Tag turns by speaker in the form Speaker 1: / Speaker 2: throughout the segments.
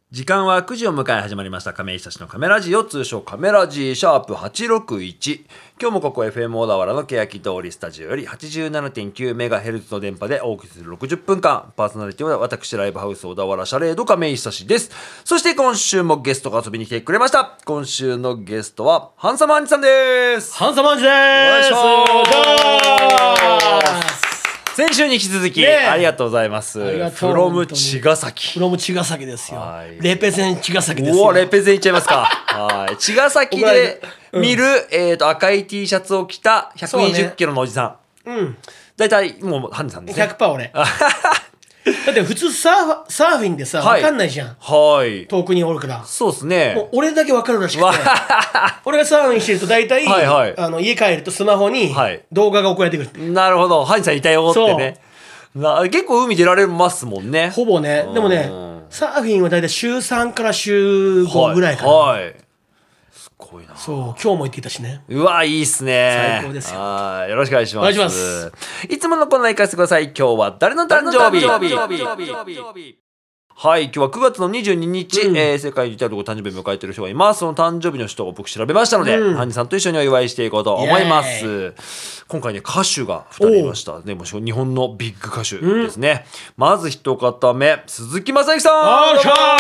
Speaker 1: 時間は9時を迎え始まりました亀井久志のカメラジオ、通称カメラジシャープ861。今日もここ FM 小田原の欅通りスタジオより 87.9MHz の電波でお送りする60分間、パーソナリティは私ライブハウス小田原シャレード亀井久志です。そして今週もゲストが遊びに来てくれました。今週のゲストはハンサムハンジさんです。
Speaker 2: ハンサムハンジです。
Speaker 1: お願いします。先週に引き続き、ありがとうございます。フロム茅ヶ崎。
Speaker 2: フロム茅ヶ崎ですよ。レペゼン茅ヶ崎ですよ。
Speaker 1: おお、レペゼンいっちゃいますか。はい。茅ヶ崎で見る、赤い T シャツを着た120キロのおじさん。うん。だいたいもうハンジさんですね。
Speaker 2: 100% 俺。だって普通サーフィンでさ、分かんないじゃん。はい。遠くにおるから。そうですね。もう俺だけ分かるらしくて。俺がサーフィンしてると大体、家帰るとスマホに動画が送られてくる。
Speaker 1: なるほど。ハンジさんいたよってね。結構海出られますもんね。
Speaker 2: ほぼね。でもね、サーフィンは大体週3から週5ぐらいかな。はい。すごいな。そう、今日も行ってきたしね。
Speaker 1: うわ、いいっすね。
Speaker 2: 最高ですよ。
Speaker 1: よろしくお願いします。お願いします。いつものコーナー行かせてください。今日は誰の誕生日？はい、今日は9月の22日、世界に至るご誕生日を迎えている人がいます。その誕生日の人を僕調べましたので、ハンジさんと一緒にお祝いしていこうと思います。今回ね、歌手が2人いました。でも日本のビッグ歌手ですね。まず一方目、鈴木雅之さん。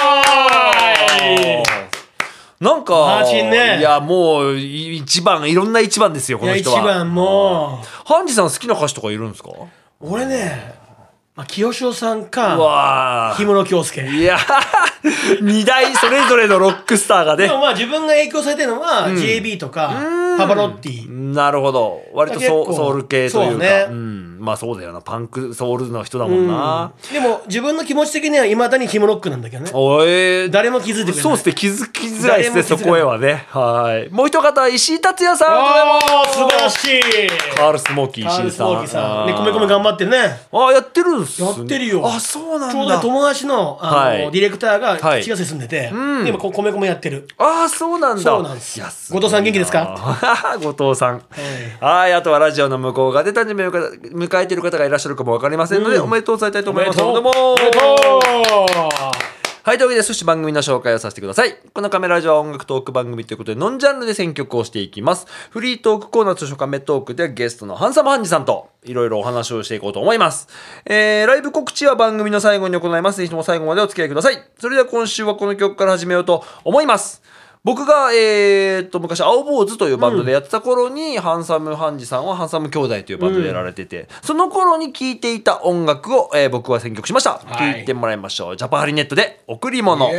Speaker 1: なんか、いやもう一番、いろんな一番ですよ、この人は。
Speaker 2: 一番も
Speaker 1: う。ハンジさん好きな歌手とかいるんですか？
Speaker 2: 俺ね、清志郎さんか氷室京介。
Speaker 1: いや2代それぞれのロックスターがね。
Speaker 2: でも自分が影響されてるのは JB とかパパロッティ。
Speaker 1: なるほど。割とソウル系というか。まあそうだよな、パンクソウルの人だもんな。
Speaker 2: でも自分の気持ち的にはいまだにヒムロックなんだけどね。誰も気づいてくれない。
Speaker 1: そうですね、気づきづらいですね、そこへはね。はい。もう一方、石井達也さん。
Speaker 2: 素晴らしい。
Speaker 1: カールスモーキー石井さん。
Speaker 2: ね、米米頑張ってね。
Speaker 1: やってるんすね。
Speaker 2: やってるよ。
Speaker 1: そうなんだ。
Speaker 2: ちょうど友達のディレクターが茅ヶ崎住んでて、今米米やってる。
Speaker 1: そうなんだ。
Speaker 2: そうなんですよ。後藤さん元気ですか？
Speaker 1: 後藤さん。はい。あとはラジオの向こう側で誕生日を迎えている方がいらっしゃるかもわかりませんので、おめでとう伝えたいと思います。どうも。おめでとう。はい、というわけで、そして番組の紹介をさせてください。このカメラジオは音楽トーク番組ということで、ノンジャンルで選曲をしていきます。フリートークコーナーと初カメトークでゲストのハンサムハンジさんといろいろお話をしていこうと思います。ライブ告知は番組の最後に行います。ぜひとも最後までお付き合いください。それでは今週はこの曲から始めようと思います。僕が、昔、青坊主というバンドでやってた頃に、ハンサムハンジさんはハンサム兄弟というバンドでやられてて、その頃に聴いていた音楽を、僕は選曲しました。聴いてもらいましょう。ジャパハリネットで贈り物。はい、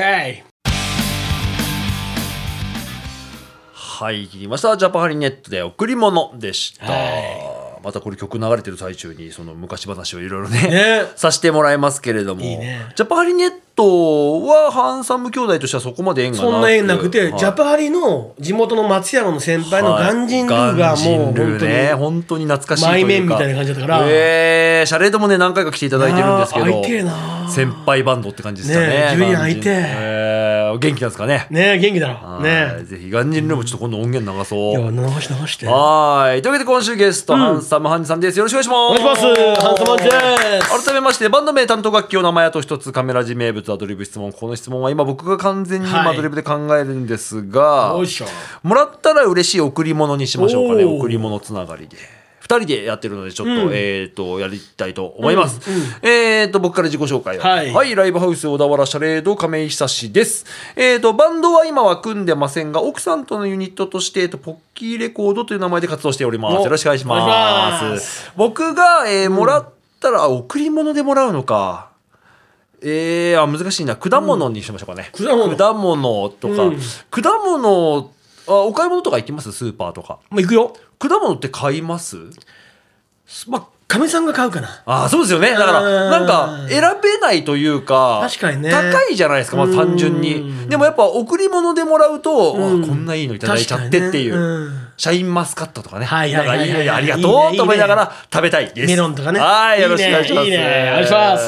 Speaker 1: 聴きました。ジャパハリネットで贈り物でした。またこれ曲流れてる最中にその昔話をいろいろねさせてもらいますけれども、ジャパハリネットはハンサム兄弟としてはそこまで縁がなくて、
Speaker 2: そんな縁なくて、ジャパハリの地元の松山の先輩のガンジンルーがもう
Speaker 1: 本当に懐かしいというか、
Speaker 2: 前面みたいな感じだったから、
Speaker 1: シャレードもね何回か来ていただいてるんですけど、先輩バンドって感じでしたね。
Speaker 2: ジュリアン会いて
Speaker 1: 元気なんですかね。
Speaker 2: ね、元気だろね。
Speaker 1: ぜひガンジンルーもちょっと今度音源流そう。
Speaker 2: いや、流して。
Speaker 1: はい。というわけで今週ゲスト、ハンサムハンジさんです。よろしくお願いします。
Speaker 2: お願いします。ハンサムハンジです。
Speaker 1: 改めまして、バンド名、担当楽器を名前あと一つ、カメラ字名物アドリブ質問。この質問は今僕が完全にアドリブで考えるんですが、もらったら嬉しい贈り物にしましょうかね。贈り物つながりで。2人でやってるのでちょっと、やりたいと思います。僕から自己紹介を。はい、ライブハウス小田原シャレード亀井久志です。バンドは今は組んでませんが、奥さんとのユニットとして、ポッキーレコードという名前で活動しております。よろしくお願いします。僕が、もらったら、贈り物でもらうのか。難しいな。果物にしましょうかね。果物とか。果物、お買い物とか行きます？スーパーとか。
Speaker 2: 行くよ。
Speaker 1: 果物って買います？
Speaker 2: かみさんが買うかな。
Speaker 1: そうですよね。だからなんか選べないというか、
Speaker 2: 確かにね、
Speaker 1: 高いじゃないですか、単純に。でもやっぱ贈り物でもらうと、こんないいのいただいちゃってっていう、シャインマスカットとかね、なんかいいのありがとうと思いながら食べたいです。
Speaker 2: メロンとかね。
Speaker 1: はい、よろしくお願いします。
Speaker 2: お願いします。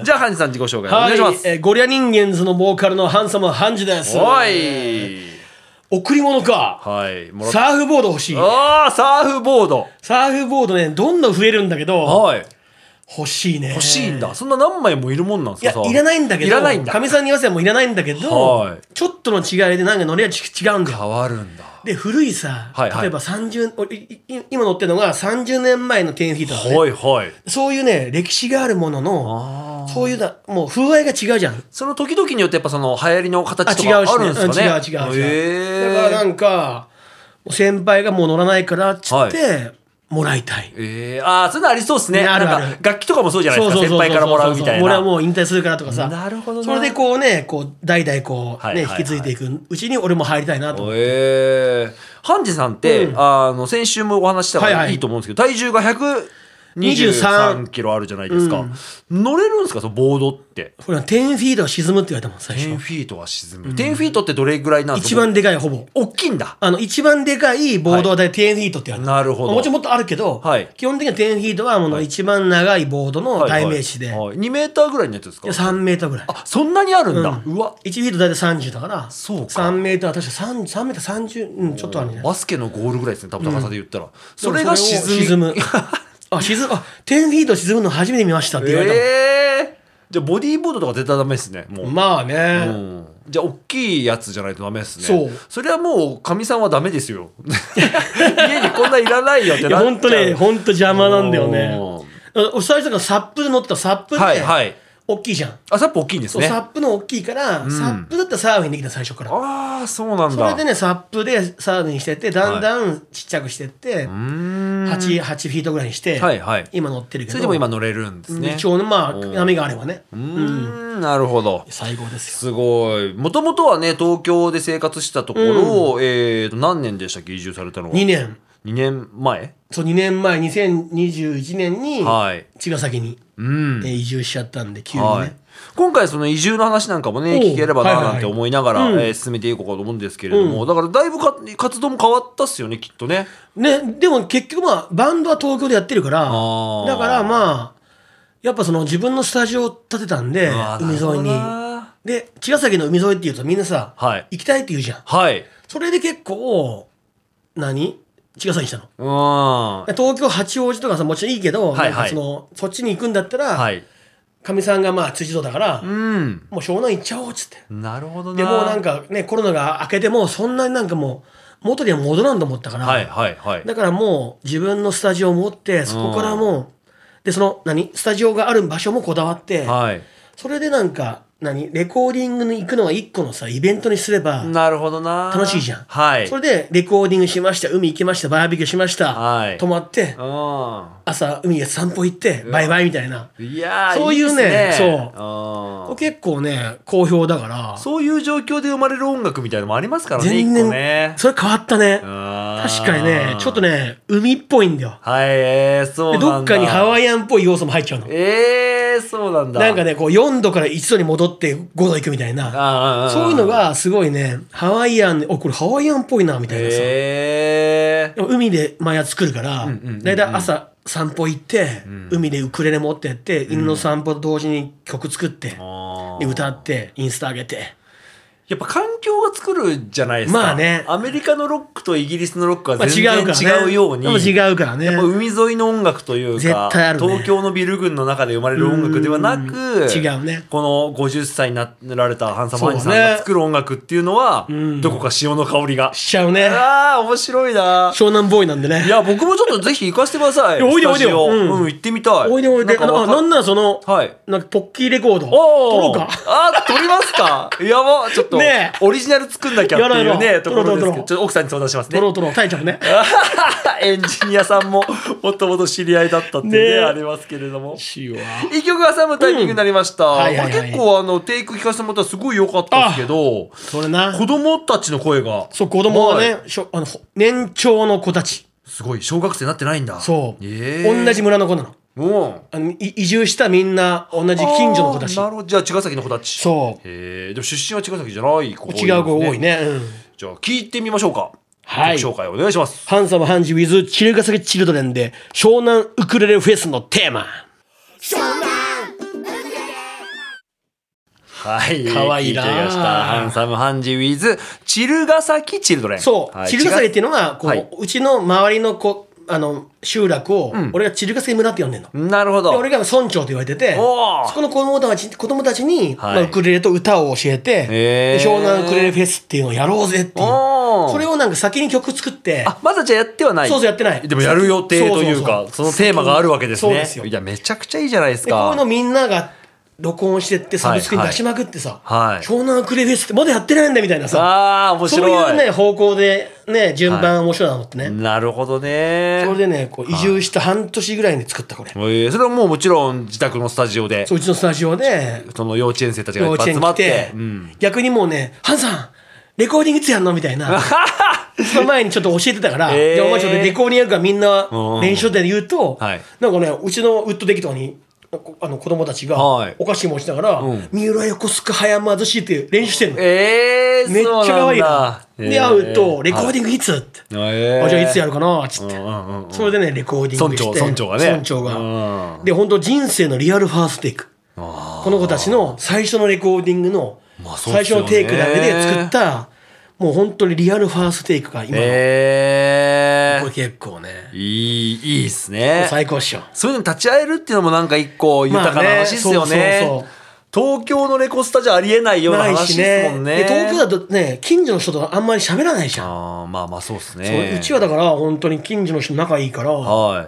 Speaker 1: じゃあハンジさん自己紹介お願いします。
Speaker 2: ゴリラ人間ズのボーカルのハンサムハンジです。
Speaker 1: はい。
Speaker 2: 贈り物か。
Speaker 1: はい。
Speaker 2: サーフボード欲しい。
Speaker 1: サーフボード。
Speaker 2: サーフボードね、どんどん増えるんだけど、 欲しいね。
Speaker 1: 欲しいんだ。そんな何枚もいるもんなんですか？
Speaker 2: いや、いらないんだけど、かみさんに言わせばもういらないんだけど、ちょっとの違いでなんか乗りは違うんだよ。
Speaker 1: 変わるんだ。
Speaker 2: で、古いさ、例えば今乗ってるのが30年前の10フィートだね。
Speaker 1: はいはい。
Speaker 2: そういうね、歴史があるものの、そういうもう風合いが違うじゃん。
Speaker 1: その時々によってやっぱその流行りの形とかあるんですかね。
Speaker 2: 違う。だからなんか、先輩がもう乗らないからっつって、もらいたい。
Speaker 1: そういうのありそうですね。なんか楽器とかもそうじゃないですか。先輩からもらうみたいな。
Speaker 2: 俺はもう引退するからとかさ。
Speaker 1: なるほど。
Speaker 2: それでこうね、代々引き継いでいくうちに俺も入りたいなと思って。
Speaker 1: ハンジさんって、先週もお話したからいいと思うんですけど、体重が123キロあるじゃないですか。乗れるんですか、そのボードって。
Speaker 2: これは10フィートは沈むって言われたもん、最初。
Speaker 1: 10フィートは沈む。10フィートってどれぐらいなんですか？
Speaker 2: 一番でかい、ほぼ。
Speaker 1: 大きいんだ。
Speaker 2: 一番でかいボードは10フィートって言われた。
Speaker 1: なるほど。
Speaker 2: もちろんもっとあるけど、基本的には10フィートはもう一番長いボードの代名詞で。
Speaker 1: 2メーターぐらいのやつですか
Speaker 2: ？3メーターぐらい。
Speaker 1: そんなにあるんだ。うわ。
Speaker 2: 1フィート大体30だから、
Speaker 1: そうか。
Speaker 2: 3メーターは確か3メーター30、ちょっとあるね。
Speaker 1: バスケのゴールぐらいですね、多分高さで言ったら。それが沈む。
Speaker 2: 10フィート沈むの初めて見ましたって言われた。
Speaker 1: じゃあボディーボードとか絶対ダメですね。もう
Speaker 2: まあね、
Speaker 1: じゃあ大きいやつじゃないとダメですね。それはもうかみさんはダメですよ。家にこんないらないよってなっちゃう。
Speaker 2: 本当ね、本当邪魔なんだよね。最初からサップで乗ってた。サップで大きいじゃん。
Speaker 1: サップ大きいんですね。
Speaker 2: サップの大きいから、サップだったらサーフィンできた、最初から。
Speaker 1: そうなんだ。
Speaker 2: それでね、サップでサーフィンしてって、だんだんちっちゃくしてって、8フィートぐらいにして、今乗ってるけど。
Speaker 1: それでも今乗れるんですね。
Speaker 2: 一応波があればね。
Speaker 1: なるほど。
Speaker 2: 最高ですよ。
Speaker 1: すごい。もともとはね、東京で生活したところ、何年でしたっけ、移住されたのは。
Speaker 2: 2年。
Speaker 1: 2年前？
Speaker 2: そう、2年前、2021年に、茅ヶ崎に移住しちゃったんで、急にね。
Speaker 1: 今回その移住の話なんかもね聞ければななんて思いながら進めていこうかと思うんですけれども、だからだいぶ活動も変わったっすよね、きっとね。
Speaker 2: でも結局バンドは東京でやってるから、だからやっぱその自分のスタジオを建てたんで、海沿いに。で、茅ヶ崎の海沿いっていうとみんなさ、行きたいって言うじゃん。それで結構、茅ヶ崎にしたの。東京八王子とかさ、もちろんいいけど、そっちに行くんだったら、かみさんが辻堂だから、もう湘南行っちゃおうっつって。
Speaker 1: なるほどね。
Speaker 2: でもうなんかね、コロナが明けてもそんなになんかもう元には戻らんと思ったから、だからもう自分のスタジオを持って、そこからもう、でそのスタジオがある場所もこだわって、それでなんかレコーディングに行くのは一個のさイベントにすれば
Speaker 1: なるほどな
Speaker 2: 楽しいじゃん。それでレコーディングしました、海行きました、バーベキューしました、泊まって朝海へ散歩行ってバイバイみたいな、そういうね、そう結構ね好評だから、
Speaker 1: そういう状況で生まれる音楽みたいなのもありますからね。
Speaker 2: 全然それ変わったね。確かにね、ちょっとね海っぽいんだよ。
Speaker 1: そうなんだ。
Speaker 2: どっかにハワイアンっぽい要素も入っちゃうの。
Speaker 1: そうなんだ。
Speaker 2: なんかねこう4度から1度に戻って5度行くみたいな、そういうのがすごいね、ハワイアン、これハワイアンっぽいなみたいなさ。海でや作るからだいたい朝散歩行って、海でウクレレ持ってって犬の散歩と同時に曲作って、で歌ってインスタ上げて。
Speaker 1: やっぱ環境が作るじゃないですか。
Speaker 2: まあね。
Speaker 1: アメリカのロックとイギリスのロックは全然違うように。
Speaker 2: 違うからね。
Speaker 1: やっぱ海沿いの音楽というか、
Speaker 2: 絶対あるね、
Speaker 1: 東京のビル群の中で生まれる音楽ではなく、
Speaker 2: 違うね。
Speaker 1: この50歳になられたハンサムハンジさんが作る音楽っていうのは、どこか潮の香りが。
Speaker 2: しちゃうね。
Speaker 1: 面白いな。
Speaker 2: 湘南ボーイなんでね。
Speaker 1: いや、僕もちょっとぜひ行かせてください。
Speaker 2: おいでおいでよ。
Speaker 1: 行ってみたい。
Speaker 2: おいでおいで。なんならその、なんかポッキーレコード。撮ろうか。
Speaker 1: 撮りますか。やば、ちょっと、オリジナル作んなきゃっていうねところですけど、ちょっと奥さんに相談しますね。
Speaker 2: 撮ろうタイちゃんね。
Speaker 1: エンジニアさんももともと知り合いだったっていうねありますけれども、一曲挟むタイミングになりました。結構テイク聞かせてもらったらすごい良かったですけど、
Speaker 2: それな、
Speaker 1: 子供たちの声が、
Speaker 2: そう子供はね、年長の子たち、
Speaker 1: すごい小学生になってないんだ。
Speaker 2: そう、同じ村の子なの。移住したみんな同じ近所の子たち。
Speaker 1: なるほど。じゃあ茅ヶ崎の子たち。
Speaker 2: そう。
Speaker 1: でも出身は茅ヶ崎じゃない子、
Speaker 2: 違う子多いね。
Speaker 1: じゃあ聞いてみましょうか。曲紹介お願いします。
Speaker 2: ハンサムハンジ with 茅ヶ崎チルドレンで湘南ウクレレフェスのテーマ。湘南かわいいな。
Speaker 1: ハンサムハンジ with 茅ヶ崎チルドレン。
Speaker 2: そう、茅ヶ崎っていうのがうちの周りの子集落を、俺がチルカセ村って呼んでんの。
Speaker 1: なるほど。
Speaker 2: で俺が村長と言われてて、そこの子供たちに、ウクレレと歌を教えて、湘南ウクレレフェスっていうのをやろうぜっていう。それをなんか先に曲作って。
Speaker 1: まだじゃあやってはない。
Speaker 2: そうやってない。
Speaker 1: でもやる予定というか、そのテーマがあるわけですね。そうですよ。いや、めちゃくちゃいいじゃないですか。
Speaker 2: こういうのみんなが、録音してってサブスクに出しまくってさ、湘南ウクレレフェスってまだやってないんだみたいなさ、
Speaker 1: 面白い。
Speaker 2: そういうね方向でね順番面白いなと思ってね。
Speaker 1: なるほどね。
Speaker 2: それでねこう移住した半年ぐらいに作ったこれ。
Speaker 1: それはもうもちろん自宅のスタジオで。
Speaker 2: そううちのスタジオで
Speaker 1: その幼稚園生たちがいっぱい集まって、
Speaker 2: 逆にもうねハンさんレコーディングいつやんのみたいな。その前にちょっと教えてたから、じゃあお前ちょっとレコーディングやるからみんな練習で言うと、なんかねうちのウッドデッキとかに。子供たちがお菓子持ちながら「三浦横須賀葉山寿司」って練習してんの。めっちゃ可愛いな。で会うと「レコーディングいつ?」って「じゃあいつやるかな?」っつってそれでねレコーディングして
Speaker 1: 村長がね。
Speaker 2: 村長がで本当人生のリアルファーストテイク、この子たちの最初のレコーディングの最初のテイクだけで作ったもう本当にリアルファーストテイクが今のこれ結構ね
Speaker 1: いいっすね。
Speaker 2: 最高っしょ。
Speaker 1: そういうのに立ち会えるっていうのもなんか一個豊かな話っすよね。東京のレコスタじゃありえないような話ですもんね。
Speaker 2: 東京だとね近所の人とあんまり喋らないじゃん。
Speaker 1: まあそうっすね。
Speaker 2: うちはだから本当に近所の人仲いいから、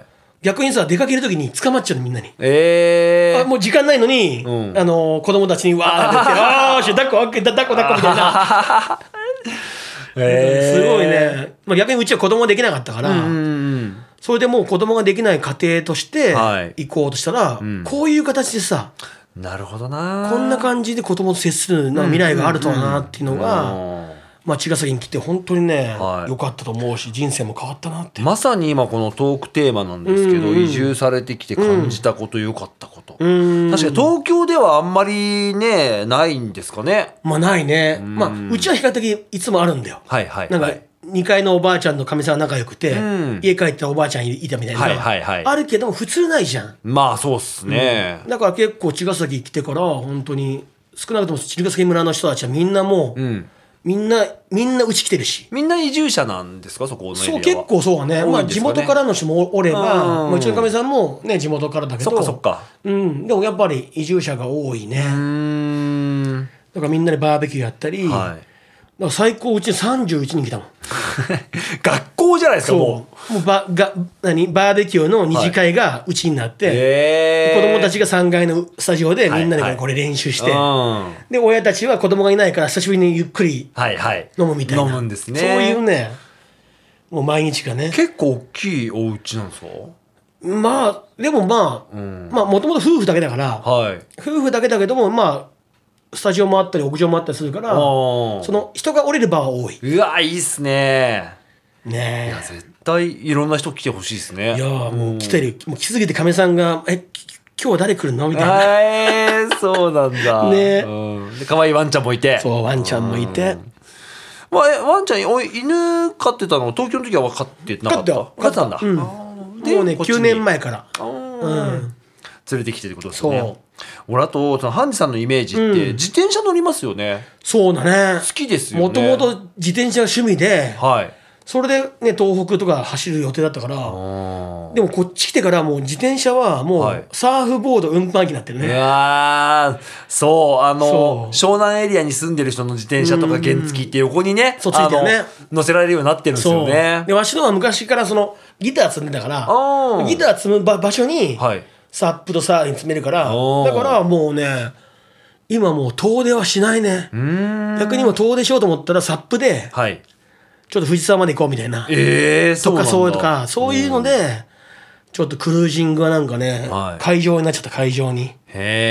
Speaker 2: 逆にさ出かける時に捕まっちゃうのみんなに。もう時間ないのに、子供たちにわーって言って「あーし抱っこみたいな。すごいね、逆にうちは子供ができなかったから、それでもう子供ができない家庭として行こうとしたら、こういう形でさ、
Speaker 1: なるほどな、
Speaker 2: こんな感じで子供と接する未来があるとはなっていうのが、茅ヶ崎に来て本当にね、良かったと思うし人生も変わったなって。
Speaker 1: まさに今このトークテーマなんですけど、移住されてきて感じたこと、良かったこと、確かに東京ではあんまりねないんですかね。
Speaker 2: ないね。うちは比較的いつもあるんだよ。なんか2階のおばあちゃんのかみさん仲良くて、家帰ったらおばあちゃんいたみたいな、あるけど普通ないじゃん。
Speaker 1: そうっすね、
Speaker 2: だから結構茅ヶ崎来てから本当に少なくとも茅ヶ崎村の人たちはみんなもう、みんなうち来てるし。
Speaker 1: みんな移住者なんですか、そこのエリアは。
Speaker 2: そう、結構そうね。地元からの人もおれば、うちのかみさんもね地元からだけど、
Speaker 1: そっか。
Speaker 2: でもやっぱり移住者が多いね。だからみんなでバーベキューやったり、最高うちに31人来たもん。
Speaker 1: 学校じゃないですか。も
Speaker 2: うバーベキューの二次会がうちになって、子供たちが3階のスタジオでみんなでこれ練習して、で親たちは子供がいないから久しぶりにゆっくり飲むみたいな、
Speaker 1: 飲むんですね。
Speaker 2: そういうね、もう毎日がね。
Speaker 1: 結構大きいお家なんですか。
Speaker 2: でももともと夫婦だけだから、夫婦だけだけどもスタジオもあったり屋上もあったりするから、その人が降りる場は多い。
Speaker 1: うわ、いいっすね。
Speaker 2: いや
Speaker 1: 絶対いろんな人来てほしいですね。
Speaker 2: いやもう来てる。もう来すぎてかみさんが今日は誰来るのみたいな。
Speaker 1: そうなんだね。で可愛いワンちゃんもいて。
Speaker 2: そう、ワンちゃんもいて。
Speaker 1: ワンちゃん犬飼ってたの東京の時は分かってなかった。飼ってたんだ。
Speaker 2: もうね9年前から
Speaker 1: 連れてきてってことですよね。俺あとハンジさんのイメージって自転車乗りますよね。
Speaker 2: そうだね。
Speaker 1: 好きですよね。
Speaker 2: もともと自転車が趣味で、それでね東北とか走る予定だったから、でもこっち来てからもう自転車はもうサーフボード運搬機になってるね。
Speaker 1: そう湘南エリアに住んでる人の自転車とか原付って横にね乗せられるようになってるんですよね。
Speaker 2: でわしのは昔からそのギター積んでたから、ギター積む場所にサップとサーフィン積めるから、だからもうね今もう遠出はしないね。逆にも遠出しようと思ったらサップでちょっと富士山まで行こうみたいな、とかそういうのでちょっとクルージングはなんかね、会場になっちゃった。会場に。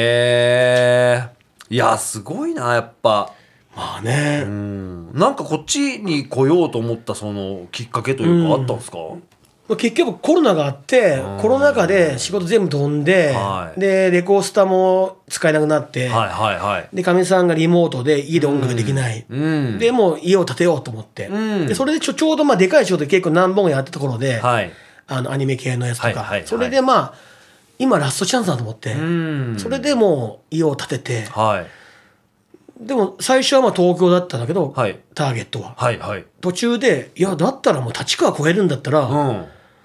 Speaker 1: いやすごいなやっぱ。なんかこっちに来ようと思ったそのきっかけというかあったんですか。
Speaker 2: 結局コロナがあってコロナ禍で仕事全部飛んで、でレコースタも使えなくなって、でかみさんがリモートで家で音楽できない、でもう家を建てようと思って、でそれでちょうどでかい仕事結構何本やってたところで、アニメ系のやつとか、それで今ラストチャンスだと思って、それでもう家を建てて、でも最初は東京だったんだけど、ターゲットは、途中でいやだったらもう立川越えるんだったら、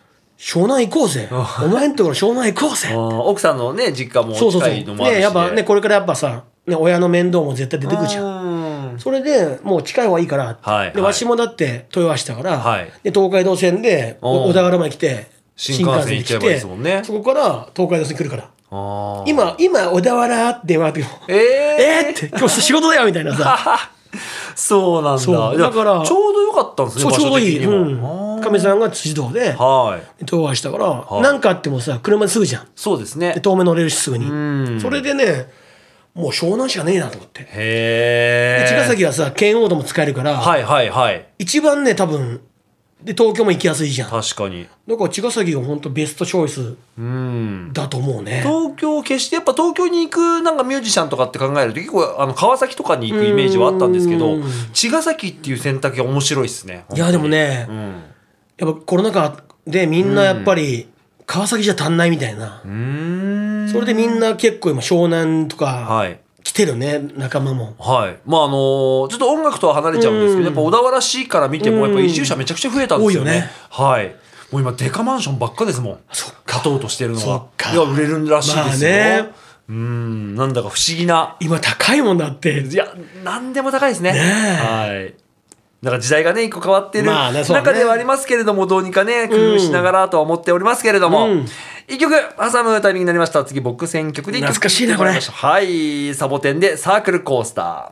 Speaker 2: 湘南行こうぜお前んところ湘南行こうぜ
Speaker 1: 奥さんのね実家も近いのもあるし、
Speaker 2: ね、やっぱねこれからやっぱさ、ね、親の面倒も絶対出てくるじゃん。それでもう近い方がいいから、はい、でわしもだって豊橋だから、はい、で東海道線で小田原まで来て
Speaker 1: 新幹線行っちゃえばいいですもんね。
Speaker 2: そこから東海道線来るから今小田原って言われてもって今日仕事だよみたいなさ
Speaker 1: そうなんだ。だからちょうどよかったんですね。
Speaker 2: そうちょうどいい。かみさんが辻堂で東橋したから何かあってもさ車ですぐじゃん。
Speaker 1: そうですね。
Speaker 2: 遠目乗れるしすぐに。それでねもう湘南しかねえなと思って。へえ。茅ヶ崎はさ圏央道も使えるから一番ね多分で東京も行きやすいじゃん。
Speaker 1: 確かに。
Speaker 2: だから茅ヶ崎が本当ベストチョイスだと思うね。
Speaker 1: 東京決してやっぱ東京に行くなんかミュージシャンとかって考えると結構川崎とかに行くイメージはあったんですけど茅ヶ崎っていう選択が面白いですね。
Speaker 2: いやでもね、やっぱコロナ禍でみんなやっぱり川崎じゃ足んないみたいな。それでみんな結構今湘南とか来てるね仲間も。
Speaker 1: はい。まあちょっと音楽とは離れちゃうんですけどやっぱ小田原市から見てもやっぱ移住者めちゃくちゃ増えたんですよね。多いよね。はい。もう今デカマンションばっかですもん。勝とうとしてるのは。いや売れるらしいですよ。なんだか不思議な。
Speaker 2: 今高いもんだって。
Speaker 1: いや何でも高いですね。はい。だから時代がね一個変わってる中ではありますけれどもどうにかね工夫しながらとは思っておりますけれども、一曲挟むタイミングになりました。次僕選曲で一曲
Speaker 2: 懐かしいなこれ。
Speaker 1: はいサボテンでサークルコースター。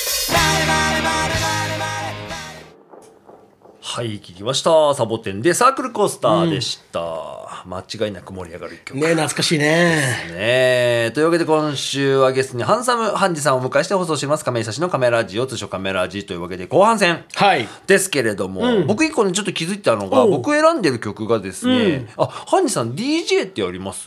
Speaker 1: はい聞きました。サボテンでサークルコースターでした、間違いなく盛り上がる一曲
Speaker 2: ね。懐かしいね。
Speaker 1: というわけで今週はゲストにハンサムハンジさんをお迎えして放送しています亀井久志のカメラジオ通称カメラジというわけで後半戦ですけれども、僕一個ねちょっと気づいたのが僕選んでる曲がですね、ハンジさん DJ ってやります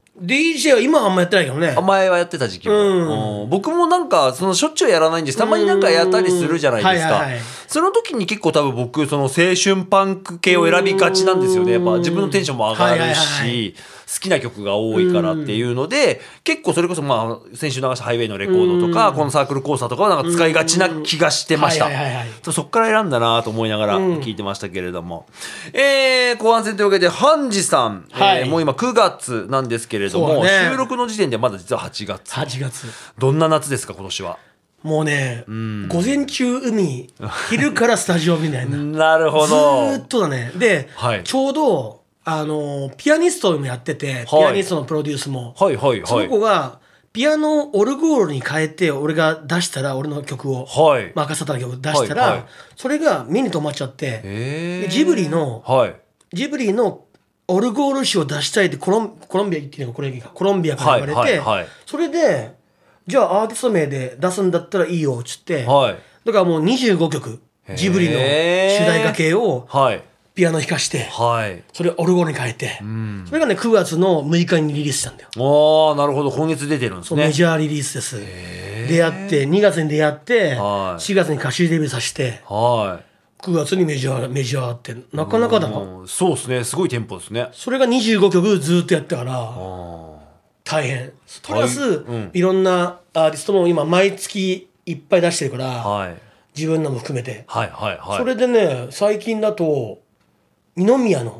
Speaker 2: ？DJ は今はあんまやってないけどね。
Speaker 1: 前はやってた時期も、僕もなんかそのしょっちゅうやらないんです。たまになんかやったりするじゃないですか。その時に結構多分僕その青春パンク系を選びがちなんですよね。やっぱ自分のテンションも上がるし好きな曲が多いからっていうので結構それこそまあ先週流したハイウェイのレコードとかこのサークルコースターとかはなんか使いがちな気がしてました。そっから選んだなと思いながら聞いてましたけれども、後半戦というわけでハンジさん、もう今9月なんですけれども、収録の時点でまだ実は8月。どんな夏ですか今年は？
Speaker 2: もうね、午前中海昼からスタジオみたいな
Speaker 1: なるほど。
Speaker 2: ずっとだね。で、ちょうどピアニストもやってて、ピアニストのプロデュースも、その子がピアノオルゴールに変えて俺が出したら俺の曲を、任せた曲を出したら、それが目に留まっちゃって、でジブリのオルゴール誌を出したいってコロンビアっていうのがコロンビアから言われて、それでじゃあアーティスト名で出すんだったらいいよっつって、だからもう25曲ジブリの主題歌系をピアノ弾かして、それをオルゴールに変えて、それがね9月の6日にリリースしたんだよ。
Speaker 1: なるほど。今月出てるんですね。
Speaker 2: メジャーリリースです。出会って2月に出会って、4月に歌手デビューさせて、9月にメジャーってなかなかだな。
Speaker 1: そうですね。すごいテンポですね。
Speaker 2: それが25曲ずっとやったから大変。プラス、いろんなアーティストも今毎月いっぱい出してるから、自分のも含めて、それでね最近だと二宮の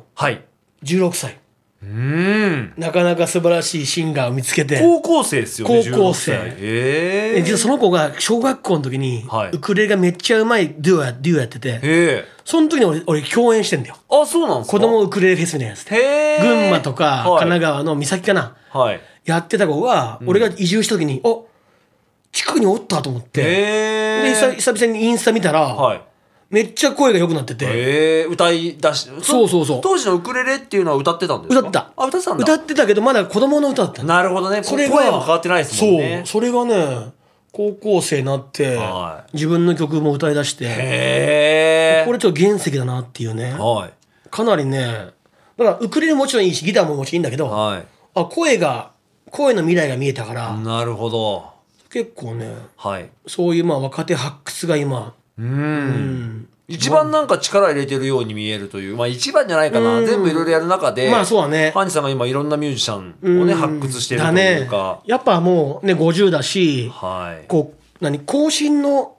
Speaker 2: 16歳、なかなか素晴らしいシンガーを見つけて。
Speaker 1: 高校生ですよね。
Speaker 2: 高校生。実はその子が小学校の時にウクレレがめっちゃうまいデュオやってて、その時に俺共演してんだよ。
Speaker 1: そうなんですか。
Speaker 2: 子供ウクレレフェスみたいなやつで群馬とか神奈川の三崎かな、やってた子が俺が移住した時に近くにおったと思って、で久々にインスタ見たら、めっちゃ声が良くなってて、
Speaker 1: 歌い出しそう当時のウクレレっていうのは歌ってたんですか？
Speaker 2: 歌ってたけどまだ子供の歌だった。
Speaker 1: なるほどね。声は変わってないですもんね。
Speaker 2: それがね高校生になって、自分の曲も歌い出して、これちょっと原石だなっていうね、かなりね。だからウクレレもちろんいいしギターももちろんいいんだけど、声の未来が見えたから。
Speaker 1: なるほど。
Speaker 2: 結構ね、そういう若手発掘が今
Speaker 1: 一番なんか力入れてるように見えるという、一番じゃないかな。全部いろいろやる中で、
Speaker 2: そうだね。
Speaker 1: ハンジさんが今いろんなミュージシャンをね発掘してるというか、
Speaker 2: やっぱもうね50だし、更新の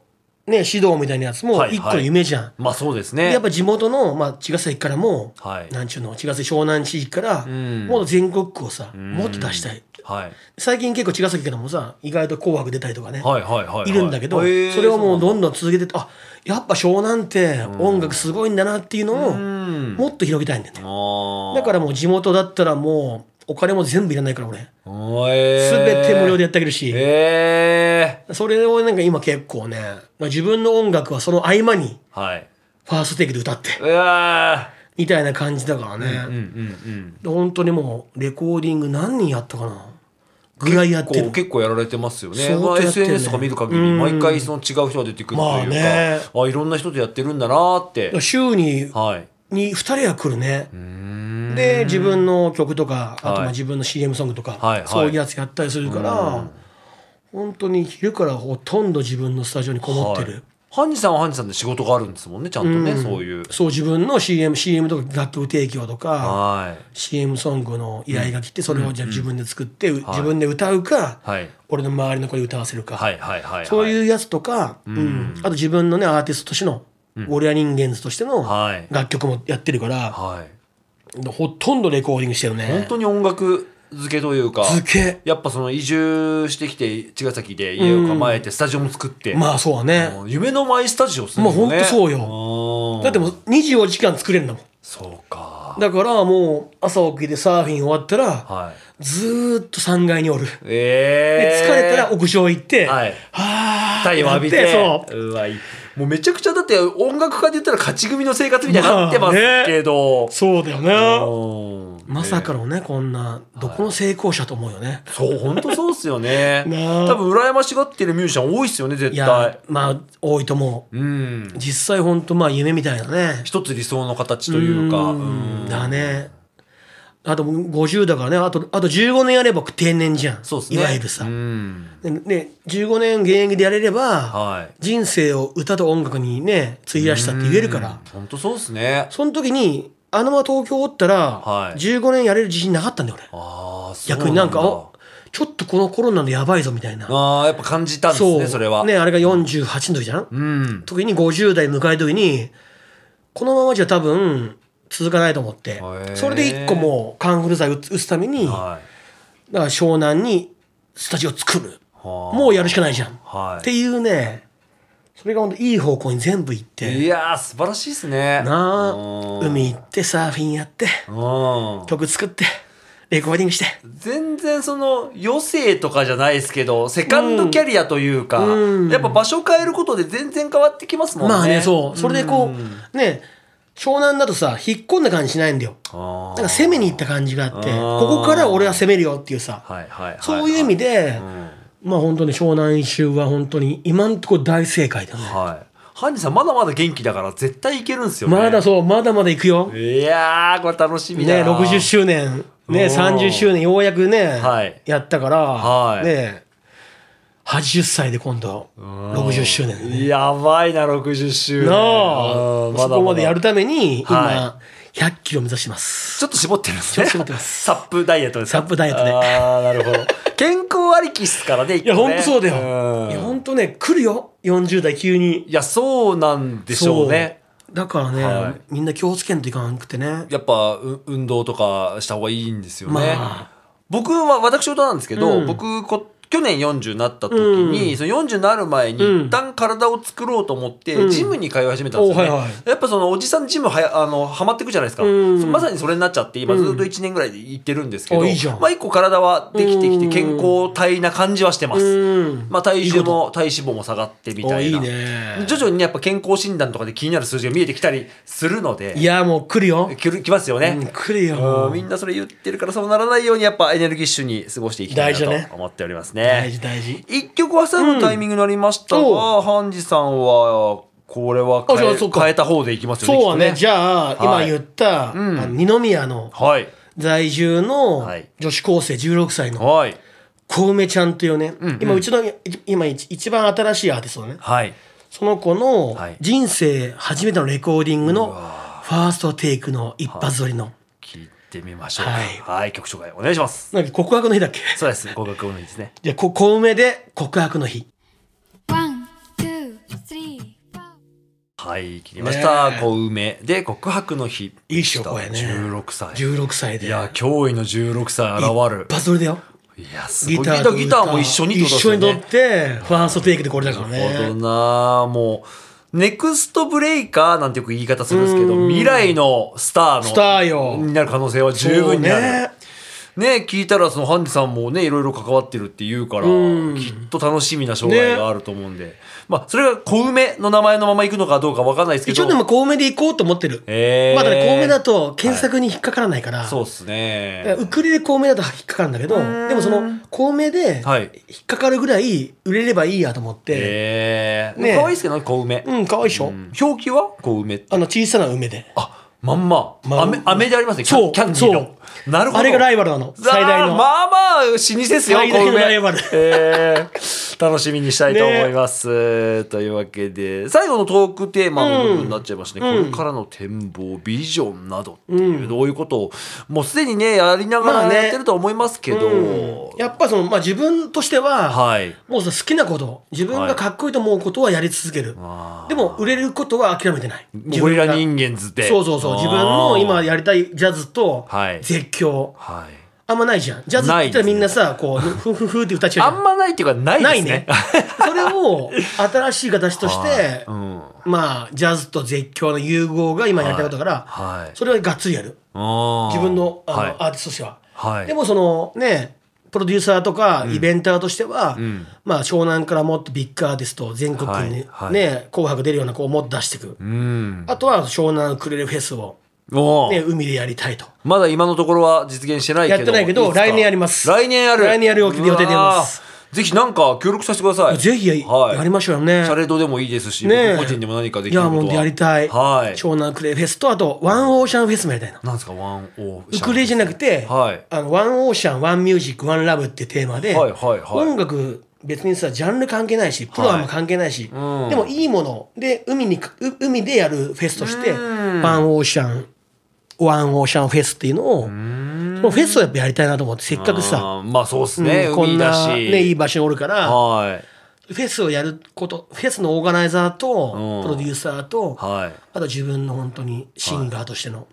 Speaker 2: ね、指導みたいなやつも一個の夢じゃん、はいはい、
Speaker 1: まあそうですね。
Speaker 2: でやっぱ地元の、茅ヶ崎からも、はい、なんちゅうの、茅ヶ崎湘南地域から、もっと全国区をさ、もっと出したい、はい、最近結構茅ヶ崎からもさ意外と紅白出たりとかね、はいはいはいはい、いるんだけど、それをもうどんどん続けてあやっぱ湘南って音楽すごいんだなっていうのをもっと広げたいんだよね。だからもう地元だったらもうお金も全部いらないから俺全て無料でやってあげるし、それをなんか今結構ね自分の音楽はその合間にファーストテイクで歌ってみたいな感じだからね、本当にもうレコーディング何人やったかなぐらいやってる。
Speaker 1: 結構やられてますよね。まあ、SNS とか見る限り毎回その違う人が出てくるというか、ね、いろんな人とやってるんだなって。
Speaker 2: 週に2人は来るね。で自分の曲とかあと自分の CM ソングとか、そういうやつやったりするから、本当に昼からほとんど自分のスタジオにこもってる。
Speaker 1: ハンジさんはハンジさんで仕事があるんですもんね、ちゃんとね、そういう。
Speaker 2: そう自分の CM とか楽曲提供とか、CM ソングの依頼が来てそれをじゃあ自分で作って、自分で歌うか、俺の周りの子に歌わせるか、そういうやつとか、あと自分のねアーティストとしての、ウォリアー人間としての楽曲もやってるから、ほとんどレコーディングしてるね。
Speaker 1: 本当に音楽漬けというか、やっぱその移住してきて茅ヶ崎で家を構えてスタジオも作って、
Speaker 2: まあそうだね、
Speaker 1: 夢のマイスタジオするんですよね。
Speaker 2: まあ本当そうよ。だってもう24時間作れるんだもん。
Speaker 1: そうか。だ
Speaker 2: からもう朝起きてサーフィン終わったら、ずーっと3階におる、で疲れたら屋上行って、は
Speaker 1: ー太陽浴びて、うわもうめちゃくちゃだって音楽家で言ったら勝ち組の生活みたいになってますけど、
Speaker 2: そうだよね。まさかのねこんなどこの成功者と思うよね。
Speaker 1: そう本当そうっすよね。多分羨ましがってるミュージシャン多いっすよね絶対。いや
Speaker 2: まあ多いと思う。実際本当まあ夢みたいなね。
Speaker 1: 一つ理想の形というか。
Speaker 2: だね。あと50だからね、あと15年やれば定年じゃん。そうですね。いわゆるさ。で15年現役でやれれば、人生を歌と音楽にね費やしたって言えるから。
Speaker 1: 本当そうですね。
Speaker 2: その時にあのまま東京おったら、15年やれる自信なかったんだよ俺。逆になんかちょっとこのコロナでやばいぞみたいな。
Speaker 1: やっぱ感じたんですねそれは。
Speaker 2: ねあれが48の時じゃん。時に50代迎える時にこのままじゃ多分続かないと思って、それで一個もうカンフル剤打つために、だから湘南にスタジオ作る、もうやるしかないじゃん、っていうね、それが本当いい方向に全部行って、
Speaker 1: いやー素晴らしいですね。
Speaker 2: なあ海行ってサーフィンやって曲作ってレコーディングして、
Speaker 1: 全然その余生とかじゃないですけどセカンドキャリアというか、やっぱ場所変えることで全然変わってきますもんね。
Speaker 2: まあねそうそれでこうね湘南だとさ引っ込んだ感じしないんだよ。なんか攻めに行った感じがあって、ここから俺は攻めるよっていうさ、そういう意味で、まあ本当に湘南一周は本当に今んところ大正解だね。
Speaker 1: ハンジさんまだまだ元気だから絶対いけるんですよね。
Speaker 2: まだまだ行くよ。
Speaker 1: いやーこれ楽しみだな。
Speaker 2: ね60周年ね30周年ようやくね、やったから、ね80歳で今度60周年でね。
Speaker 1: やばいな60周年。
Speaker 2: そこまでやるために今100キロ目指してます。
Speaker 1: ちょっと絞ってるんですね。
Speaker 2: 絞ってます。
Speaker 1: サップダイエットですか。
Speaker 2: サップダイエットで。
Speaker 1: なるほど。健康ありきっすからね。
Speaker 2: いや本当そうだよ。いや本当ね来るよ40代急に。
Speaker 1: いやそうなんでしょうね。
Speaker 2: だからね、みんな気をつけんといかなくてね。
Speaker 1: やっぱ運動とかした方がいいんですよね。僕は私事なんですけど、僕去年40になった時に、その40になる前に一旦体を作ろうと思ってジムに通い始めたんですよね。やっぱそのおじさんジムはまってくじゃないですか。まさにそれになっちゃって今ずっと1年ぐらいで行ってるんですけど、まあ一個体はできてきて健康体な感じはしてます。まあ体脂肪も下がってみたいな。徐々にねやっぱ健康診断とかで気になる数字が見えてきたりするので。
Speaker 2: いやもう来るよ。
Speaker 1: 来ますよね。
Speaker 2: 来るよ。
Speaker 1: みんなそれ言ってるからそうならないようにやっぱエネルギッシュに過ごしていきたいなと思っておりますね。
Speaker 2: 大事。
Speaker 1: 一曲挟むタイミングになりましたが、ハンジさんはこれは変えた方でいきますよね。
Speaker 2: そうはね。じゃあ今言った二宮の在住の女子高生16歳の小梅ちゃんというね、今一番新しいアーティストね。その子の人生初めてのレコーディングのファーストテイクの一発撮りの。
Speaker 1: 行ってみましょう。曲紹介お願いします。
Speaker 2: なんか告白の日だっけ。
Speaker 1: そうです告白の日ですね。
Speaker 2: じゃあ小梅で告白の日。
Speaker 3: 1、2、3
Speaker 1: はい切りました、小梅で告白の日。
Speaker 2: いい証拠やね。
Speaker 1: 16歳
Speaker 2: 16歳で、
Speaker 1: いや驚異の16歳現る。
Speaker 2: 一発撮りだよ。
Speaker 1: いやすごい。ギターも一緒に
Speaker 2: 一緒に撮ってファーストテイクでこれだからね。
Speaker 1: なるほどな。もうネクストブレイカーなんてよく言い方するんですけど、未来のスターになる可能性は十分にある。ね、聞いたらそのハンディさんもねいろいろ関わってるって言うから、きっと楽しみな将来があると思うんで、まあそれが小梅の名前のまま行くのかどうかわかんないですけど、
Speaker 2: 一応でも小梅で行こうと思ってる。まだね小梅だと検索に引っかからないから、
Speaker 1: そうですね。
Speaker 2: ウクレレ小梅だと引っかかるんだけど、でもその小梅で引っかかるぐらい売れればいいやと思って。
Speaker 1: 可愛いですけどね小梅。
Speaker 2: 可愛いでしょ。
Speaker 1: 表記は小梅って。
Speaker 2: 小さな梅で。
Speaker 1: まんま飴でありますね。
Speaker 2: そう
Speaker 1: キャンディーの。なるほど。
Speaker 2: あれがライバルなの。最大の。
Speaker 1: まあまあ老舗ですよ。
Speaker 2: 最大のライバル。
Speaker 1: 楽しみにしたいと思います。というわけで最後のトークテーマの部分になっちゃいましたね。これからの展望、ビジョンなどっていうどういうことをもうすでにねやりながらやってると思いますけど、
Speaker 2: やっぱその自分としてはもう好きなこと、自分がかっこいいと思うことはやり続ける。でも売れることは諦めてない。
Speaker 1: ゴリラ人間図で。
Speaker 2: そう自分の今やりたいジャズと絶叫、あんまないじゃん。ジャズって言ったらみんなさこうフフフって歌っちゃうじゃん。
Speaker 1: あんまないっていうかないですね。
Speaker 2: それを新しい形としてジャズと絶叫の融合が今やりたいことだからそれはがっつりやる。自分のアーティストとしては。でもそのねプロデューサーとかイベンターとしては、湘南からもっとビッグアーティストを全国にね紅白出るような子をもっと出していく。あとは湘南ウクレレフェスを海でやりたいと。
Speaker 1: まだ今のところは実現してないけど、
Speaker 2: やってないけど来年やります。
Speaker 1: 来年やる
Speaker 2: 予定でやります。
Speaker 1: ぜひなんか協力させてください。
Speaker 2: ぜひやりましょうよね。
Speaker 1: シャレードでもいいですし、僕個人でも何かできることは。
Speaker 2: いやもうやりたい。湘南ウクレレフェスとあとワンオーシャンフェスもやりたいの。
Speaker 1: なんですかワンオーシャン。
Speaker 2: ウクレレじゃなくてワンオーシャンワンミュージックワンラブっていうテーマで音楽別にさジャンル関係ないしプロはも関係ないし、でもいいもので海でやるフェスとしてワンオーシャンフェスっていうのをフェスをやっぱやりたいなと思って。せっかくさ
Speaker 1: まあそうですね、
Speaker 2: こんなねいい場所におるからフェスをやること、フェスのオーガナイザーとプロデューサーとあと自分の本当にシンガーとしての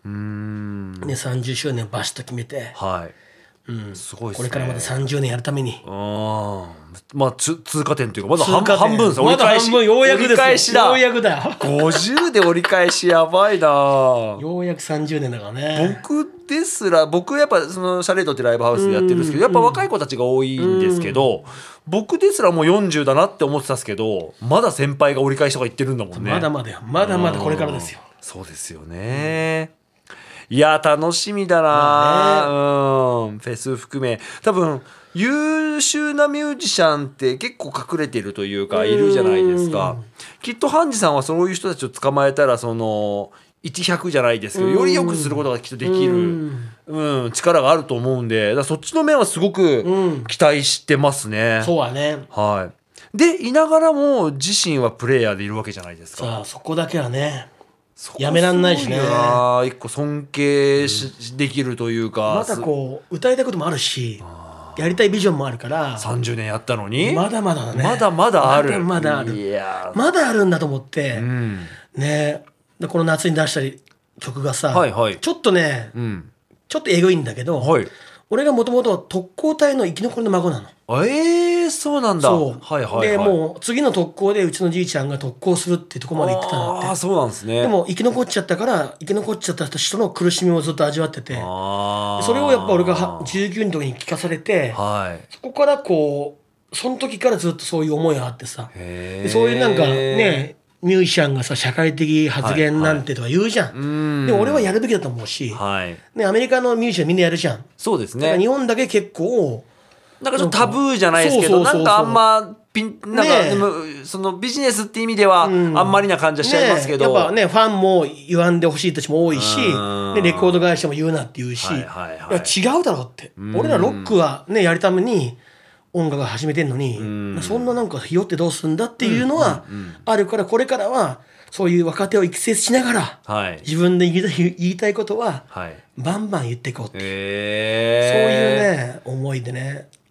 Speaker 2: 30周年バシッと決めて
Speaker 1: すごいですね。
Speaker 2: これからまた30年やるために
Speaker 1: まあ通過点というかまだ半分です。
Speaker 2: まだ半分ようやくですよ。
Speaker 1: 折り返しだ。
Speaker 2: ようやくだよ。
Speaker 1: 50で折り返しやばいな。
Speaker 2: ようやく30年だからね。
Speaker 1: 僕やっぱそのシャレードってライブハウスでやってるんですけど、やっぱ若い子たちが多いんですけど、僕ですらもう40だなって思ってたんですけど、まだ先輩が折り返しとか言ってるんだもんね。
Speaker 2: まだまだよ。まだまだこれからですよ。
Speaker 1: そうですよね。いや楽しみだな、フェス含め多分優秀なミュージシャンって結構隠れてるというかいるじゃないですか。きっとハンジさんはそういう人たちを捕まえたらその100じゃないですけどより良くすることがきっとできる、力があると思うんで、だからそっちの面はすごく期待してますね。
Speaker 2: そうだね。
Speaker 1: でいながらも自身はプレイヤーでいるわけじゃないですか。
Speaker 2: さあそこだけはねやめらんないしね。
Speaker 1: 一個尊敬できるというか、
Speaker 2: またこう歌いたいこともあるしやりたいビジョンもあるから
Speaker 1: 30年やったのに
Speaker 2: まだまだだね。
Speaker 1: まだまだある。
Speaker 2: まだある。まだあるんだと思って、ねでこの夏に出した曲がさ、ちょっとね、ちょっとエゴいんだけど、俺がもともと特攻隊の生き残りの孫なの。
Speaker 1: そうなんだ。
Speaker 2: でもう次の特攻でうちのじいちゃんが特攻するっていうところまで行ってたのって。
Speaker 1: そうなんですね。
Speaker 2: でも生き残っちゃった人の苦しみをずっと味わってて、それをやっぱ俺が19の時に聞かされて、そこからこうその時からずっとそういう思いがあってさ、そういうなんかねミュージシャンがさ社会的発言なんてとか言うじゃん。でも俺はやるべきだと思うし、アメリカのミュージシャンみんなやるじゃん。
Speaker 1: そうですね。
Speaker 2: 日本だけ結構
Speaker 1: なんかちょっとタブーじゃないですけど、なんかあんまなんかでもそのビジネスって意味ではあんまりな感じはしちゃいますけど、
Speaker 2: やっぱねファンも言わんでほしい人たちも多いし、レコード会社も言うなって言うし、違うだろうって。俺らロックはねやるために音楽始めてんのに、そんななんかひよってどうすんだっていうのはあるから、これからはそういう若手を育成しながら、自分で言いたいことはバンバン言っていこうっていう、そういうね思いでね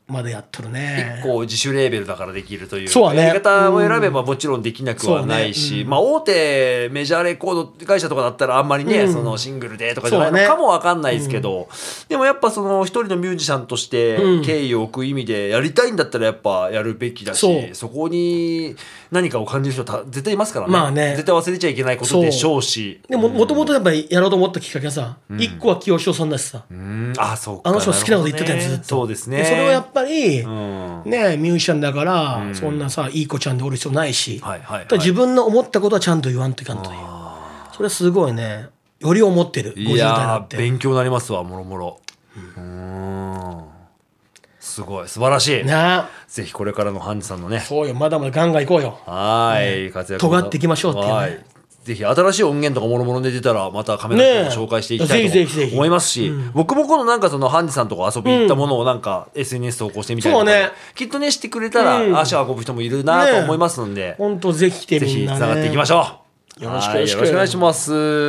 Speaker 2: まだやっとるね。
Speaker 1: 一個自主レーベルだからできるという
Speaker 2: そうね、
Speaker 1: やり方を選べばもちろんできなくはないし、まあ大手メジャーレコード会社とかだったらあんまりね、そのシングルでとかじゃないのかもわかんないですけど、でもやっぱその一人のミュージシャンとして敬意を置く意味でやりたいんだったらやっぱやるべきだし、そこに何かを感じる人は絶対いますからね。まあね、絶対忘れちゃいけないことでしょうし。
Speaker 2: でももともとやっぱりやろうと思ったきっかけはさ、一個は清志郎さんだしさ、
Speaker 1: そうか、
Speaker 2: あの人好きなこと言ってたやつずっと。
Speaker 1: そうですね。
Speaker 2: それはやっぱりね、ミュージシャンだからそんなさいい子ちゃんでおる必要ないし、自分の思ったことはちゃんと言わんといかんという、それはすごいね、より思ってる。
Speaker 1: いやー勉強になりますわ、もろもろ。すごい素晴らしいね。ぜひこれからのハンジさんのね、
Speaker 2: そうよ、まだまだガンガンいこうよ。
Speaker 1: 活躍
Speaker 2: 尖っていきましょうっていうね。
Speaker 1: ぜひ新しい音源とかもろもろで出たらまたカメラで紹介していきたいと思いますし、僕もこのなんかそのハンジさんとか遊びに行ったものをなんか SNS 投稿してみたいとか、きっとねしてくれたら足を運ぶ人もいるなと思いますので、
Speaker 2: 本当ぜひ来てみんなね、
Speaker 1: ぜひつながっていきましょう。よろしくお願いします。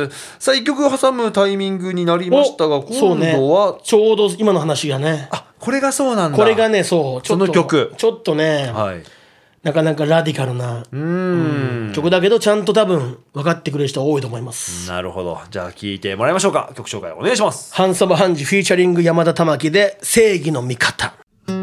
Speaker 1: さあ一曲挟むタイミングになりましたが、今度は
Speaker 2: ちょうど今の話がね、
Speaker 1: これがそうなんだ。
Speaker 2: これがね、そう
Speaker 1: その曲
Speaker 2: ちょっとね、なかなかラディカルな曲だけど、ちゃんと多分分かってくれる人多いと思います。
Speaker 1: なるほど。じゃあ聴いてもらいましょうか。曲紹介お願いします。
Speaker 2: ハンサムハンジフィーチャリング山田玉木で正義の味方。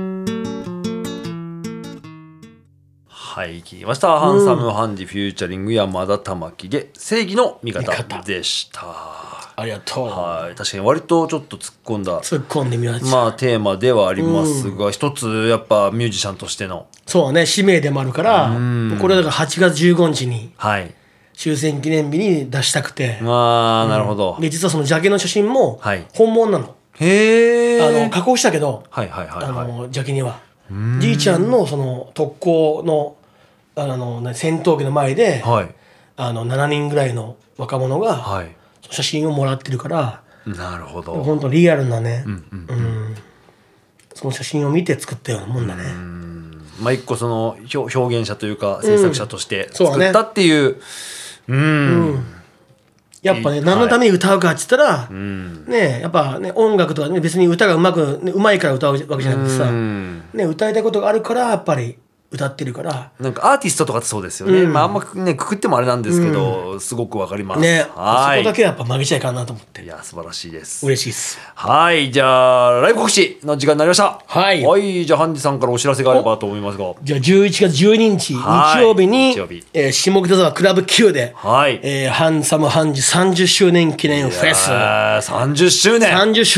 Speaker 1: はい、聞きました。ハンサムハンジフューチャリング山田玉木で正義の味方でした。
Speaker 2: ありがとう。
Speaker 1: はい、確かに割とちょっと突っ込
Speaker 2: んでみました。
Speaker 1: まあテーマではありますが、一つやっぱミュージシャンとしての
Speaker 2: そうね、使命でもあるから、これだから8月15日に終戦記念日に出したくて、
Speaker 1: なるほど。
Speaker 2: で実はそのジャケの写真も本物なの。
Speaker 1: へえ。
Speaker 2: 加工したけど、ジャケにはじいちゃんのその特攻の戦闘機の前で、7人ぐらいの若者が写真をもらってるから、
Speaker 1: なるほど。
Speaker 2: 本当リアルなね、その写真を見て作ったようなもんだね。
Speaker 1: まあ一個その表現者というか制作者として作ったっていう。
Speaker 2: やっぱね、何のために歌うかって言ったら、ね、やっぱね、音楽とかね、別に歌がうまいから歌うわけじゃなくてさ、ね、歌いたいことがあるからやっぱり歌ってるから。
Speaker 1: なんかアーティストとかってそうですよね。まああんまねくくってもあれなんですけど、すごくわかります
Speaker 2: ね。そこだけはやっぱ曲げちゃいかんなと思って。
Speaker 1: いや素晴らしいです。
Speaker 2: 嬉しいです。
Speaker 1: はい、じゃあライブ告知の時間になりました。
Speaker 2: はい、
Speaker 1: じゃあハンジさんからお知らせがあればと思いますが、
Speaker 2: じゃあ11月12日日曜日に下北沢クラブ Q でハンサムハンジ30周年記念フェス。
Speaker 1: 30周年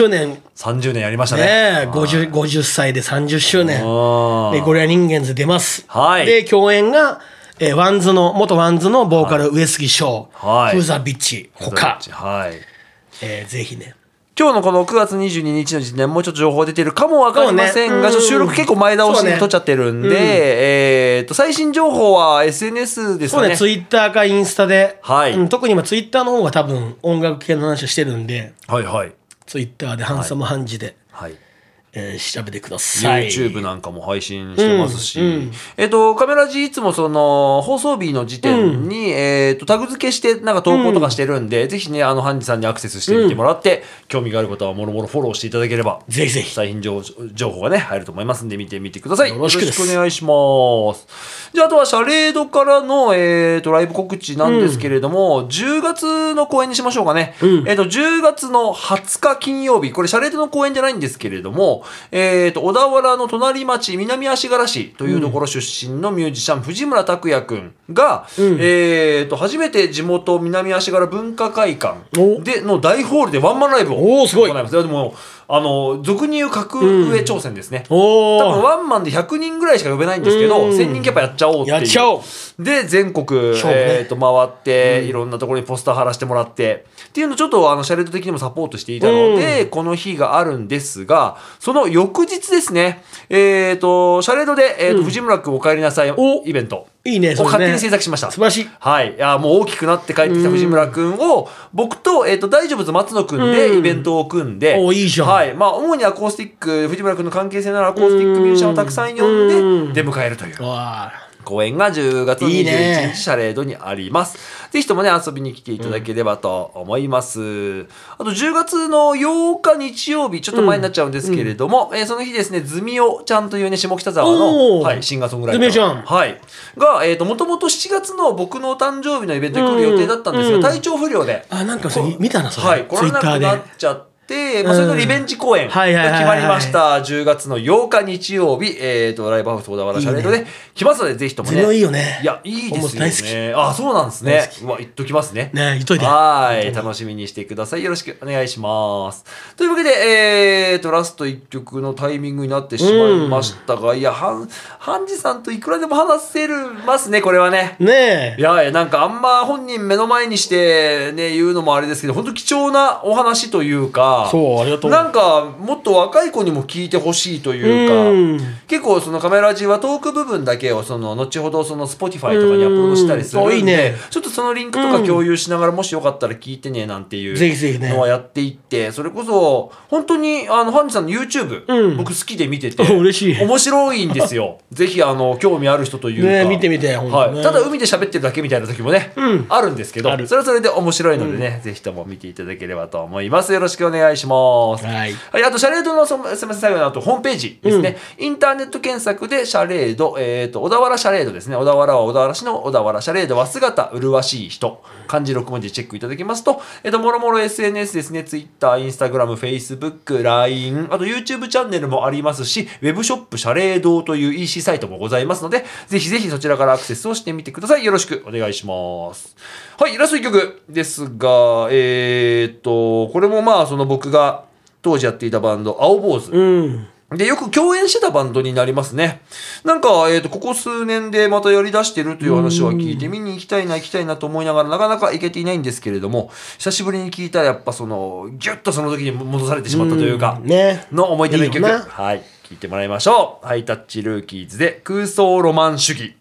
Speaker 1: 30年やりましたね。
Speaker 2: 50歳で30周年でゴリラ人間ズ出ます。で共演が元ワンズのボーカル上杉翔、フーザビッチ他、ぜひね。
Speaker 1: 今日のこの9月22日の時点でもうちょっと情報出てるかもわかりませんが、収録結構前倒しで撮っちゃってるんで、最新情報は SNS ですかね。
Speaker 2: ツイッターかインスタで、特に今ツイッターの方が多分音楽系の話をしてるんで、ツイッターでハンサムハンジで調べてください。
Speaker 1: YouTube なんかも配信してますし、カメラジいつもその放送日の時点に、タグ付けしてなんか投稿とかしてるんで、ぜひねハンジさんにアクセスしてみてもらって、興味がある方はもろもろフォローしていただければ
Speaker 2: ぜひぜひ
Speaker 1: 最新情報がね入ると思いますんで見てみてください。
Speaker 2: よろしく
Speaker 1: お願いします。じゃああとはシャレードからの、ライブ告知なんですけれども、10月の公演にしましょうかね。10月の20日金曜日、これシャレードの公演じゃないんですけれども、小田原の隣町南足柄市というところ出身のミュージシャン、藤村拓也くんが、初めて地元南足柄文化会館での大ホールでワンマンライブを行います。でも俗に言う格上挑戦ですね。多分ワンマンで100人ぐらいしか呼べないんですけど、1000人キャパやっちゃおうっていう。で全国、回っていろんなところにポスター貼らせてもらってっていうのをちょっとシャレード的にもサポートしていたので、この日があるんですが、その翌日ですね、シャレードで、藤村くんお帰りなさいイベント
Speaker 2: いいね、
Speaker 1: を勝手に制作しました。
Speaker 2: 素晴らしい。
Speaker 1: はい。もう大きくなって帰ってきた藤村くんを僕と大丈夫ズ松野くんでイベントを組んで、
Speaker 2: いいじゃん。
Speaker 1: はい。まあ主に藤村くんの関係性のあるアコースティックミュージシャンをたくさん呼んで出迎えるという。 公演が10月21日シャレードにあります。ぜひともね遊びに来ていただければと思います。あと10月の8日日曜日ちょっと前になっちゃうんですけれども、その日ですねズミオちゃんというね下北沢の、はい、シンガーソングライター
Speaker 2: ズミオちゃん、
Speaker 1: はい、がもともと7月の僕のお誕生日のイベントに来る予定だったんですが、体調不良で
Speaker 2: なんか見たなそれ、
Speaker 1: はい、来らなくなっちゃって。それのリベンジ公演が決まりました。10月の8日日曜日、ライブハウス小田原シャレードで来ますので、ぜひともね。
Speaker 2: いいよね。
Speaker 1: いや、いいですよね。あ、そうなんですね。言っときますね。
Speaker 2: ね、言っといて。
Speaker 1: はい、楽しみにしてください。よろしくお願いします。というわけで、ラスト1曲のタイミングになってしまいましたが、いや、ハンジさんといくらでも話せますね、これはね。
Speaker 2: ねえ。
Speaker 1: いや、なんかあんま本人目の前にしてね、言うのもあれですけど、本当貴重なお話というか、
Speaker 2: そう、ありがとう。
Speaker 1: なんかもっと若い子にも聞いてほしいというか、結構そのカメラジはトーク部分だけをその後ほどその Spotify とかにアップロードしたりするんで、
Speaker 2: いいね、
Speaker 1: ちょっとそのリンクとか共有しながらもしよかったら聞いてねなんていうのはやっていって、それこそ本当にハンジさんの YouTube、僕好きで見てて
Speaker 2: 嬉しい、
Speaker 1: 面白いんですよ。ぜひ興味ある人というか、
Speaker 2: ね、見てみて、
Speaker 1: はい、ただ海で喋ってるだけみたいな時もね、あるんですけど、それはそれで面白いのでね、ぜひとも見ていただければと思います。よろしくお願いします。
Speaker 2: はい、
Speaker 1: あとシャレードのすみません最後のあとホームページですね、インターネット検索でシャレード、小田原シャレードですね。小田原は小田原市の小田原シャレードは姿麗しい人、漢字6文字チェックいただきますと、もろもろ SNS ですね、Twitter、Instagram、Facebook、LINE、あと YouTube チャンネルもありますし、ウェブショップシャレードという EC サイトもございますので、ぜひぜひそちらからアクセスをしてみてください。よろしくお願いします。はい、ラスト1曲ですが、これもまあその僕が当時やっていたバンド青坊主、でよく共演してたバンドになりますね。なんか、ここ数年でまたやりだしてるという話は聞いて、見に行きたいなと思いながらなかなか行けていないんですけれども、久しぶりに聞いたらやっぱそのギュッとその時に戻されてしまったというか、の思い出の一曲、はい、聞いてもらいましょう。ハイタッチルーキーズで空想ロマン主義。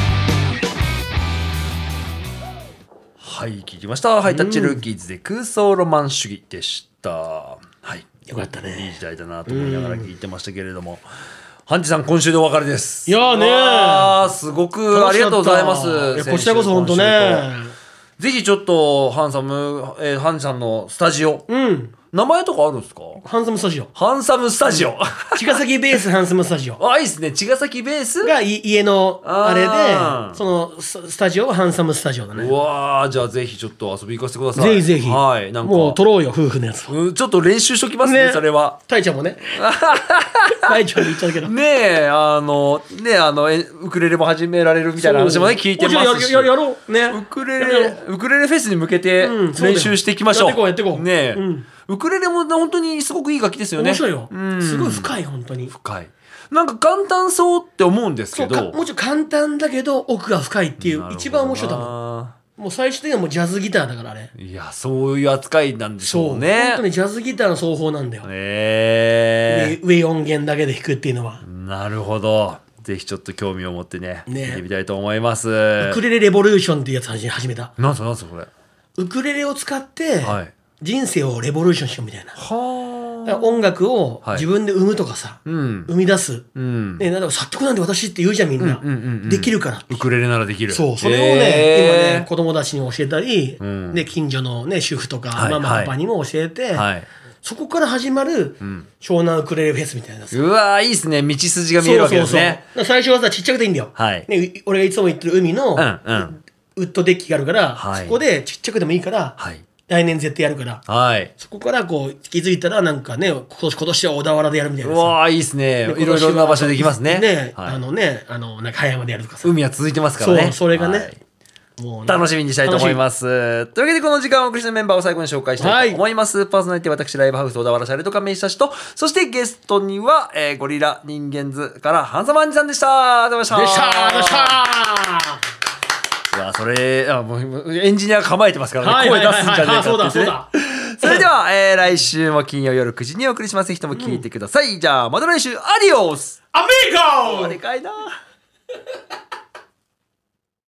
Speaker 1: はい、聞きました。ハイタッチルーキーズで空想ロマン主義でした。はい。
Speaker 2: よかったね。
Speaker 1: いい時代だなと思いながら聞いてましたけれども、ハンジさん今週でお別れです。
Speaker 2: いやーね、
Speaker 1: すごくありがとうございます。
Speaker 2: こちらこそ本当ね。
Speaker 1: ぜひちょっとハンジさんのスタジオ、名前とかあるんですか？
Speaker 2: ハンサムスタジオ。
Speaker 1: ハンサムスタジオ。
Speaker 2: 茅ヶ崎ベースハンサムスタジオ。
Speaker 1: あ、いいですね。茅ヶ崎ベース
Speaker 2: が家のあれで、そのスタジオはハンサムスタジオだね。
Speaker 1: うわー、じゃあぜひちょっと遊び行かせてください。
Speaker 2: ぜひぜひ。
Speaker 1: はい、なんか
Speaker 2: もう撮ろうよ、夫婦のやつ。
Speaker 1: ちょっと練習しときますね、それは。
Speaker 2: タイちゃんもね。タイちゃんに言っちゃうけど。
Speaker 1: ねえ、ウクレレも始められるみたいな話もね、聞いてますし。
Speaker 2: やろう。ね。
Speaker 1: ウクレレフェスに向けて練習していきましょう。
Speaker 2: やってこう。
Speaker 1: ねえ。ウクレレも本当にすごくいい楽器ですよね。
Speaker 2: 面白いよ。すごい深い、本当に。
Speaker 1: 深い。なんか簡単そうって思うんですけど。
Speaker 2: もちろん簡単だけど奥が深いっていう一番面白いと思う。もう最終的にはもうジャズギターだからあれ。
Speaker 1: いや、そういう扱いなんでしょうね。
Speaker 2: 本当にジャズギターの奏法なんだよ。上音源だけで弾くっていうのは。
Speaker 1: なるほど。ぜひちょっと興味を持ってね、見てみたいと思います。
Speaker 2: ウクレレレボリューションっていうやつ始めた。
Speaker 1: なんすかこれ。ウ
Speaker 2: クレレを使って、人生をレボリューションしようみたいな。音楽を自分で生むとかさ、生み出す。なんか作曲なんて私って言うじゃんみんな。できるから。
Speaker 1: ウクレレならできる。
Speaker 2: そう、それをね、今ね、子供たちに教えたり、近所のね、主婦とかママパパにも教えて、そこから始まる湘南ウクレレフェスみたいな。
Speaker 1: うわー、いいっすね。道筋が見えるわけですね。
Speaker 2: 最初はさ、ちっちゃくていいんだよ。俺がいつも言ってる海のウッドデッキがあるから、そこでちっちゃくでもいいから、来年絶対やるから、そこからこう気づいたらなんかね、今年は小田原でやるみたいな。
Speaker 1: うわー、いいっすね。いろいろな場所できますね。
Speaker 2: ね、なんか葉山でやるとかさ。
Speaker 1: 海は続いてますからね。
Speaker 2: そう、それがね。
Speaker 1: 楽しみにしたいと思います。というわけでこの時間をお送りしたメンバーを最後に紹介したいと思います。パーソナリティは私ライブハウス小田原シャレと亀井久志と、そしてゲストには、ゴリラ人間図からハンサムアンジさんでした。ありがとうございました。いや、それもうエンジニア構えてますからね、声出すんじゃねえかって言ってね。それでは、来週も金曜夜9時にお送りします。ぜひとも聞いてください。じゃあまた来週、アディオス
Speaker 2: アミーゴ。
Speaker 1: でかいな。